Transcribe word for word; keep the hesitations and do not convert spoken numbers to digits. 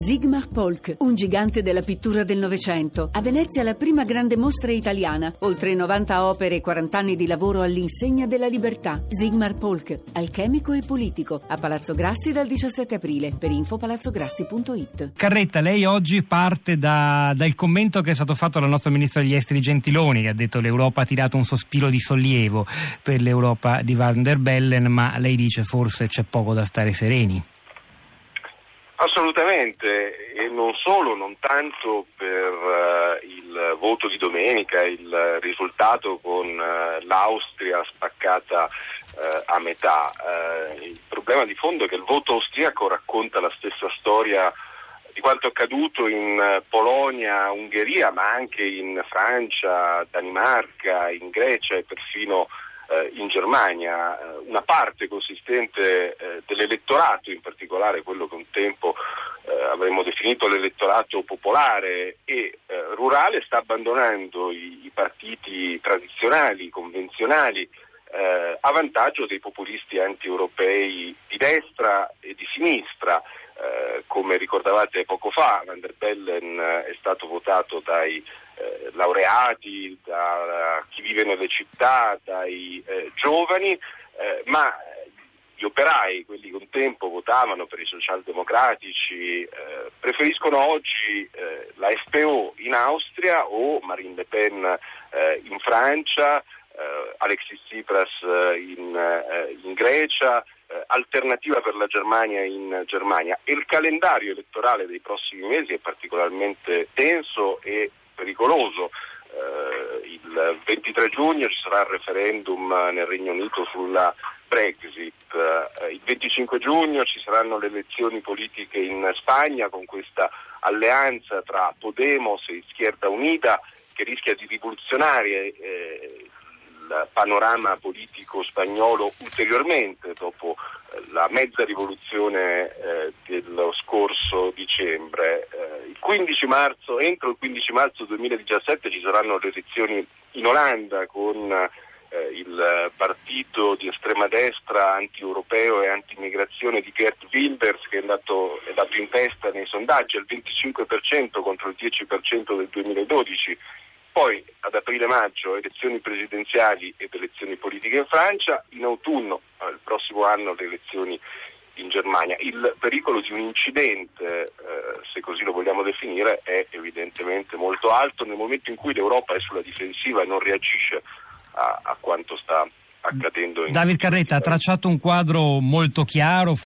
Sigmar Polk, un gigante della pittura del Novecento. A Venezia la prima grande mostra italiana. Oltre novanta opere e quaranta anni di lavoro all'insegna della libertà. Sigmar Polk, alchemico e politico. A Palazzo Grassi dal diciassette aprile. Per info palazzograssi punto it. Carretta, lei oggi parte da, dal commento che è stato fatto dal nostro ministro degli esteri Gentiloni, che ha detto l'Europa ha tirato un sospiro di sollievo per l'Europa di Van der Bellen, ma lei dice forse c'è poco da stare sereni. Assolutamente, e non solo, non tanto per uh, il voto di domenica, il risultato con uh, l'Austria spaccata uh, a metà. Uh, il problema di fondo è che il voto austriaco racconta la stessa storia di quanto accaduto in uh, Polonia, Ungheria, ma anche in Francia, Danimarca, in Grecia e perfino in Germania. Una parte consistente eh, dell'elettorato, in particolare quello che un tempo eh, avremmo definito l'elettorato popolare e eh, rurale, sta abbandonando i, i partiti tradizionali, convenzionali, eh, a vantaggio dei populisti anti-europei di destra e di sinistra. Eh, come ricordavate poco fa, Van der Bellen è stato votato dai eh, laureati, da chi vive nelle città, dai eh, giovani, eh, ma gli operai, quelli che un tempo votavano per i socialdemocratici, eh, preferiscono oggi eh, la F P O in Austria o Marine Le Pen eh, in Francia, eh, Alexis Tsipras in, eh, in Grecia, alternativa per la Germania in Germania, e il calendario elettorale dei prossimi mesi è particolarmente denso e pericoloso. Eh, il ventitré giugno ci sarà il referendum nel Regno Unito sulla Brexit, eh, il venticinque giugno ci saranno le elezioni politiche in Spagna con questa alleanza tra Podemos e Izquierda Unida che rischia di rivoluzionare eh, il panorama politico spagnolo ulteriormente dopo la mezza rivoluzione eh, dello scorso dicembre. Eh, il quindici marzo, entro il quindici marzo duemiladiciassette ci saranno le elezioni in Olanda con eh, il partito di estrema destra anti-europeo e anti-immigrazione di Geert Wilders che è andato, è andato in testa nei sondaggi al venticinque per cento contro il dieci per cento del duemiladodici. Poi ad aprile-maggio elezioni presidenziali ed elezioni politiche in Francia, in autunno il prossimo anno le elezioni in Germania. Il pericolo di un incidente, eh, se così lo vogliamo definire, è evidentemente molto alto nel momento in cui l'Europa è sulla difensiva e non reagisce a, a quanto sta accadendo. In David Carretta ha tracciato un quadro molto chiaro.